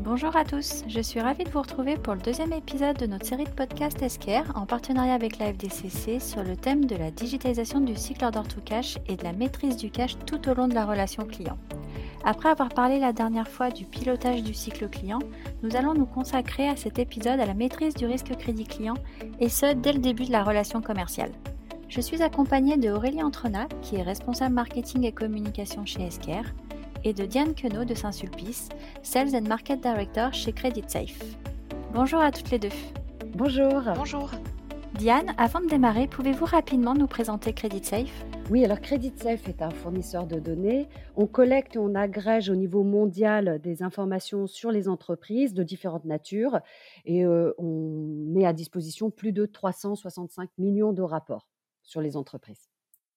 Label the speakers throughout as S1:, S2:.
S1: Bonjour à tous, je suis ravie de vous retrouver pour le deuxième épisode de notre série de podcasts Esquire en partenariat avec la FDCC sur le thème de la digitalisation du cycle order to cash et de la maîtrise du cash tout au long de la relation client. Après avoir parlé la dernière fois du pilotage du cycle client, nous allons nous consacrer à cet épisode à la maîtrise du risque crédit client et ce dès le début de la relation commerciale. Je suis accompagnée de Aurélie Entrenat qui est responsable marketing et communication chez Esquire et de Diane Queneau de Saint-Sulpice, Sales and Market Director chez CreditSafe. Bonjour à toutes les deux.
S2: Bonjour.
S3: Bonjour.
S1: Diane, avant de démarrer, pouvez-vous rapidement nous présenter CreditSafe ?
S2: Oui, alors CreditSafe est un fournisseur de données. On collecte et on agrège au niveau mondial des informations sur les entreprises de différentes natures et on met à disposition plus de 365 millions de rapports sur les entreprises.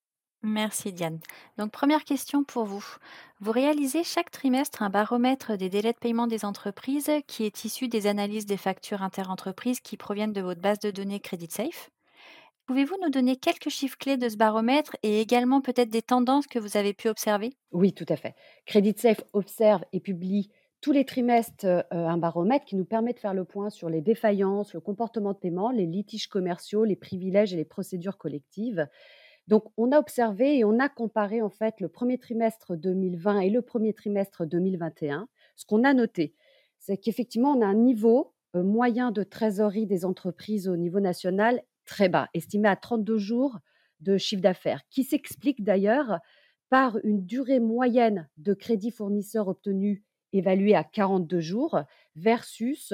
S1: Merci Diane. Donc première question pour vous. Vous réalisez chaque trimestre un baromètre des délais de paiement des entreprises qui est issu des analyses des factures interentreprises qui proviennent de votre base de données CreditSafe. Pouvez-vous nous donner quelques chiffres clés de ce baromètre et également peut-être des tendances que vous avez pu observer ?
S2: Oui, tout à fait. CreditSafe observe et publie tous les trimestres un baromètre qui nous permet de faire le point sur les défaillances, le comportement de paiement, les litiges commerciaux, les privilèges et les procédures collectives. Donc, on a observé et on a comparé en fait le premier trimestre 2020 et le premier trimestre 2021. Ce qu'on a noté, c'est qu'effectivement, on a un niveau moyen de trésorerie des entreprises au niveau national très bas, estimé à 32 jours de chiffre d'affaires, qui s'explique d'ailleurs par une durée moyenne de crédit fournisseur obtenu évaluée à 42 jours versus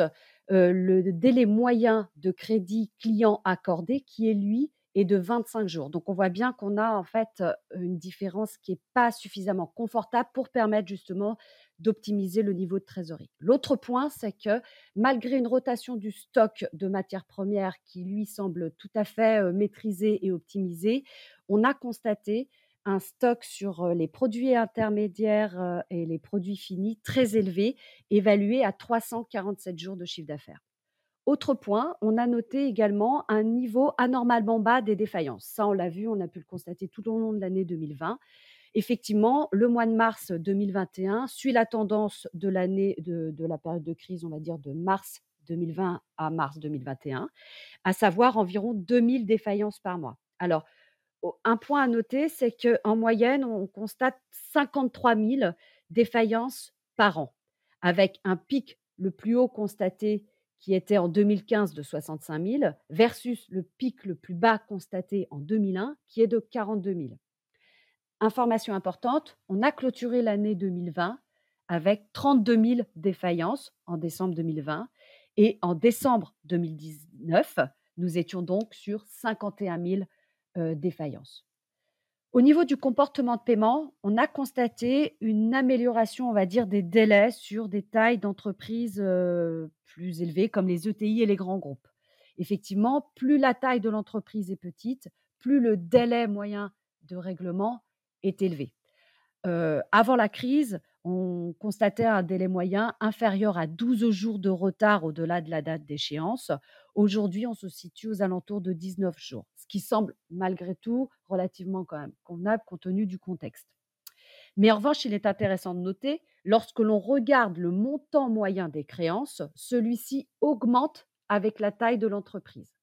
S2: le délai moyen de crédit client accordé qui est lui est de 25 jours. Donc, on voit bien qu'on a en fait une différence qui n'est pas suffisamment confortable pour permettre justement d'optimiser le niveau de trésorerie. L'autre point, c'est que malgré une rotation du stock de matières premières qui lui semble tout à fait maîtrisé et optimisé, on a constaté un stock sur les produits intermédiaires et les produits finis très élevé, évalué à 347 jours de chiffre d'affaires. Autre point, on a noté également un niveau anormalement bas des défaillances. Ça, on l'a vu, on a pu le constater tout au long de l'année 2020. Effectivement, le mois de mars 2021 suit la tendance de l'année de la période de crise, on va dire de mars 2020 à mars 2021, à savoir environ 2000 défaillances par mois. Alors, un point à noter, c'est qu'en moyenne, on constate 53 000 défaillances par an, avec un pic le plus haut constaté qui était en 2015 de 65 000 versus le pic le plus bas constaté en 2001 qui est de 42 000. Information importante, on a clôturé l'année 2020 avec 32 000 défaillances en décembre 2020 et en décembre 2019, nous étions donc sur 51 000 défaillances. Au niveau du comportement de paiement, on a constaté une amélioration, on va dire, des délais sur des tailles d'entreprises plus élevées comme les ETI et les grands groupes. Effectivement, plus la taille de l'entreprise est petite, plus le délai moyen de règlement est élevé. Avant la crise, on constatait un délai moyen inférieur à 12 jours de retard au-delà de la date d'échéance. Aujourd'hui, on se situe aux alentours de 19 jours, ce qui semble malgré tout relativement quand même convenable compte tenu du contexte. Mais en revanche, il est intéressant de noter, lorsque l'on regarde le montant moyen des créances, celui-ci augmente avec la taille de l'entreprise.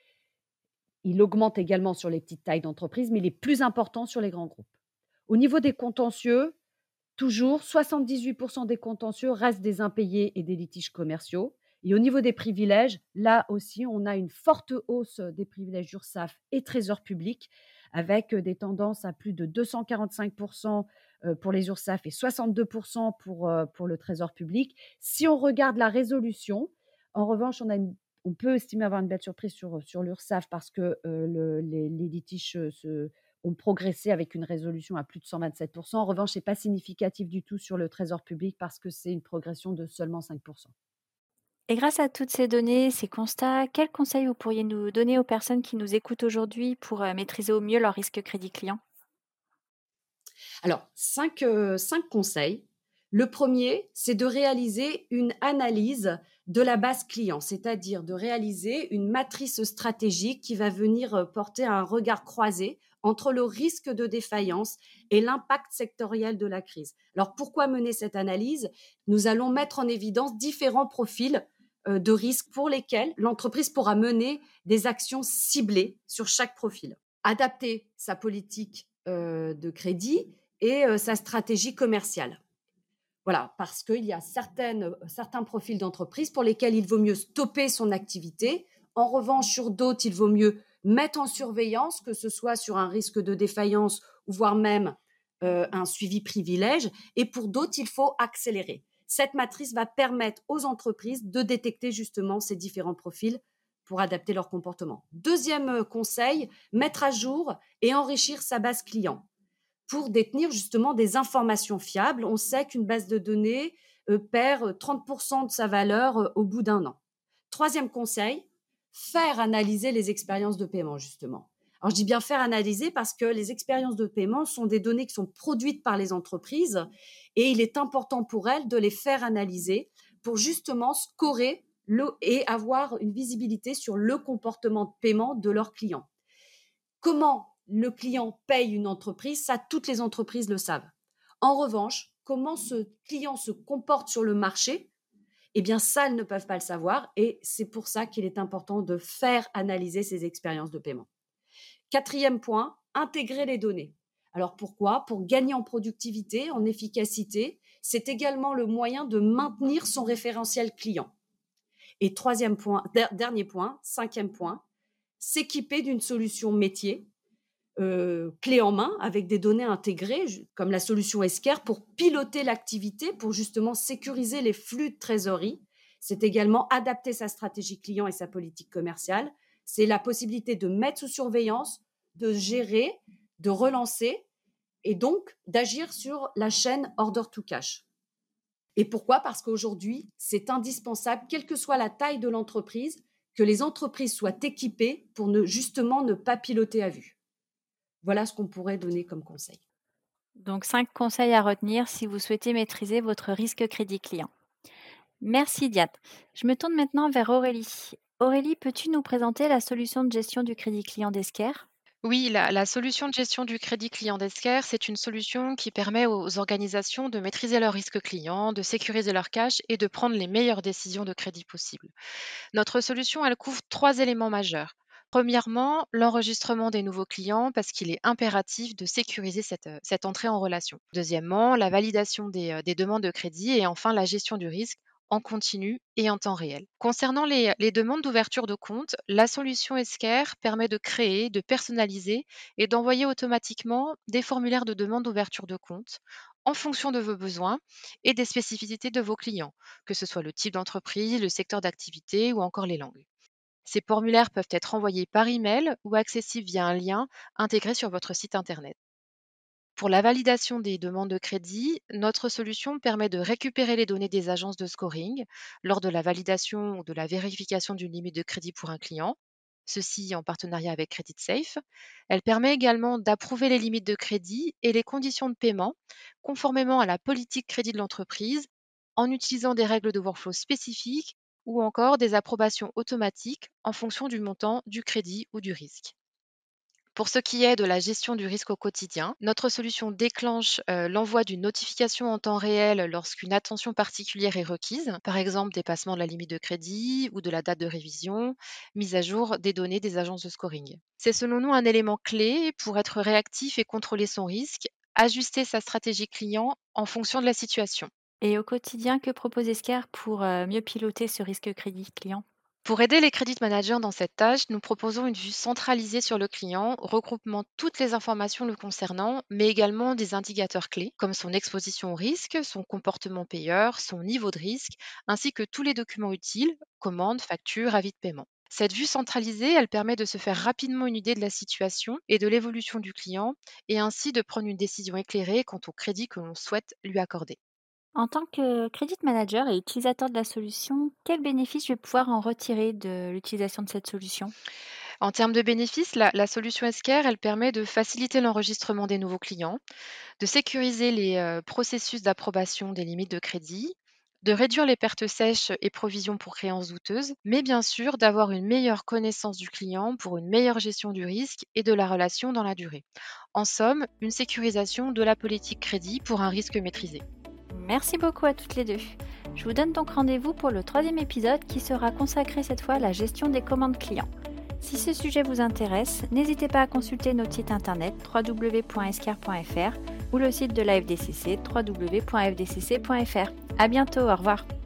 S2: Il augmente également sur les petites tailles d'entreprise, mais il est plus important sur les grands groupes. Au niveau des contentieux, toujours 78% des contentieux restent des impayés et des litiges commerciaux. Et au niveau des privilèges, là aussi, on a une forte hausse des privilèges URSSAF et Trésor public, avec des tendances à plus de 245% pour les URSSAF et 62% pour le Trésor public. Si on regarde la résolution, en revanche, on peut estimer avoir une belle surprise sur l'URSSAF parce que les litiges ont progressé avec une résolution à plus de 127%. En revanche, ce n'est pas significatif du tout sur le Trésor public parce que c'est une progression de seulement 5%.
S1: Et grâce à toutes ces données, ces constats, quels conseils vous pourriez nous donner aux personnes qui nous écoutent aujourd'hui pour maîtriser au mieux leur risque crédit client ?
S2: Alors, cinq conseils. Le premier, c'est de réaliser une analyse de la base client, c'est-à-dire de réaliser une matrice stratégique qui va venir porter un regard croisé entre le risque de défaillance et l'impact sectoriel de la crise. Alors pourquoi mener cette analyse? Nous allons mettre en évidence différents profils de risques pour lesquels l'entreprise pourra mener des actions ciblées sur chaque profil. Adapter sa politique de crédit et sa stratégie commerciale. Voilà, parce qu'il y a certains profils d'entreprise pour lesquels il vaut mieux stopper son activité. En revanche, sur d'autres, il vaut mieux mettre en surveillance, que ce soit sur un risque de défaillance ou voire même un suivi privilège. Et pour d'autres, il faut accélérer. Cette matrice va permettre aux entreprises de détecter justement ces différents profils pour adapter leur comportement. Deuxième conseil, mettre à jour et enrichir sa base client pour détenir justement des informations fiables. On sait qu'une base de données perd 30% de sa valeur au bout d'un an. Troisième conseil, faire analyser les expériences de paiement, justement. Alors, je dis bien faire analyser parce que les expériences de paiement sont des données qui sont produites par les entreprises et il est important pour elles de les faire analyser pour justement scorer et avoir une visibilité sur le comportement de paiement de leurs clients. Comment le client paye une entreprise, ça, toutes les entreprises le savent. En revanche, comment ce client se comporte sur le marché, eh bien, ça, elles ne peuvent pas le savoir et c'est pour ça qu'il est important de faire analyser ces expériences de paiement. Quatrième point, intégrer les données. Alors pourquoi? Pour gagner en productivité, en efficacité. C'est également le moyen de maintenir son référentiel client. Et troisième point, dernier point, cinquième point, s'équiper d'une solution métier clé en main avec des données intégrées comme la solution Esker pour piloter l'activité, pour justement sécuriser les flux de trésorerie. C'est également adapter sa stratégie client et sa politique commerciale. C'est la possibilité de mettre sous surveillance, de gérer, de relancer et donc d'agir sur la chaîne order to cash. Et pourquoi? Parce qu'aujourd'hui, c'est indispensable, quelle que soit la taille de l'entreprise, que les entreprises soient équipées pour justement ne pas piloter à vue. Voilà ce qu'on pourrait donner comme conseil.
S1: Donc 5 conseils à retenir si vous souhaitez maîtriser votre risque crédit client. Merci Diane. Je me tourne maintenant vers Aurélie. Aurélie, peux-tu nous présenter la solution de gestion du crédit client d'Esker?
S3: Oui, la solution de gestion du crédit client d'Esker, c'est une solution qui permet aux organisations de maîtriser leurs risques clients, de sécuriser leur cash et de prendre les meilleures décisions de crédit possibles. Notre solution, elle couvre trois éléments majeurs. Premièrement, l'enregistrement des nouveaux clients parce qu'il est impératif de sécuriser cette entrée en relation. Deuxièmement, la validation des demandes de crédit et enfin la gestion du risque en continu et en temps réel. Concernant les demandes d'ouverture de compte, la solution Esker permet de créer, de personnaliser et d'envoyer automatiquement des formulaires de demande d'ouverture de compte en fonction de vos besoins et des spécificités de vos clients, que ce soit le type d'entreprise, le secteur d'activité ou encore les langues. Ces formulaires peuvent être envoyés par email ou accessibles via un lien intégré sur votre site internet. Pour la validation des demandes de crédit, notre solution permet de récupérer les données des agences de scoring lors de la validation ou de la vérification d'une limite de crédit pour un client, ceci en partenariat avec CreditSafe. Elle permet également d'approuver les limites de crédit et les conditions de paiement conformément à la politique crédit de l'entreprise en utilisant des règles de workflow spécifiques ou encore des approbations automatiques en fonction du montant du crédit ou du risque. Pour ce qui est de la gestion du risque au quotidien, notre solution déclenche l'envoi d'une notification en temps réel lorsqu'une attention particulière est requise, par exemple dépassement de la limite de crédit ou de la date de révision, mise à jour des données des agences de scoring. C'est selon nous un élément clé pour être réactif et contrôler son risque, ajuster sa stratégie client en fonction de la situation.
S1: Et au quotidien, que propose Esker pour mieux piloter ce risque crédit client?
S3: Pour aider les credit managers dans cette tâche, nous proposons une vue centralisée sur le client, regroupant toutes les informations le concernant, mais également des indicateurs clés, comme son exposition au risque, son comportement payeur, son niveau de risque, ainsi que tous les documents utiles, commandes, factures, avis de paiement. Cette vue centralisée, elle permet de se faire rapidement une idée de la situation et de l'évolution du client, et ainsi de prendre une décision éclairée quant au crédit que l'on souhaite lui accorder.
S1: En tant que credit manager et utilisateur de la solution, quels bénéfices je vais pouvoir en retirer de l'utilisation de cette solution?
S3: En termes de bénéfices, la solution Esquire, elle permet de faciliter l'enregistrement des nouveaux clients, de sécuriser les processus d'approbation des limites de crédit, de réduire les pertes sèches et provisions pour créances douteuses, mais bien sûr d'avoir une meilleure connaissance du client pour une meilleure gestion du risque et de la relation dans la durée. En somme, une sécurisation de la politique crédit pour un risque maîtrisé.
S1: Merci beaucoup à toutes les deux. Je vous donne donc rendez-vous pour le 3e épisode qui sera consacré cette fois à la gestion des commandes clients. Si ce sujet vous intéresse, n'hésitez pas à consulter notre site internet www.esquire.fr ou le site de la FDCC www.fdcc.fr. À bientôt, au revoir.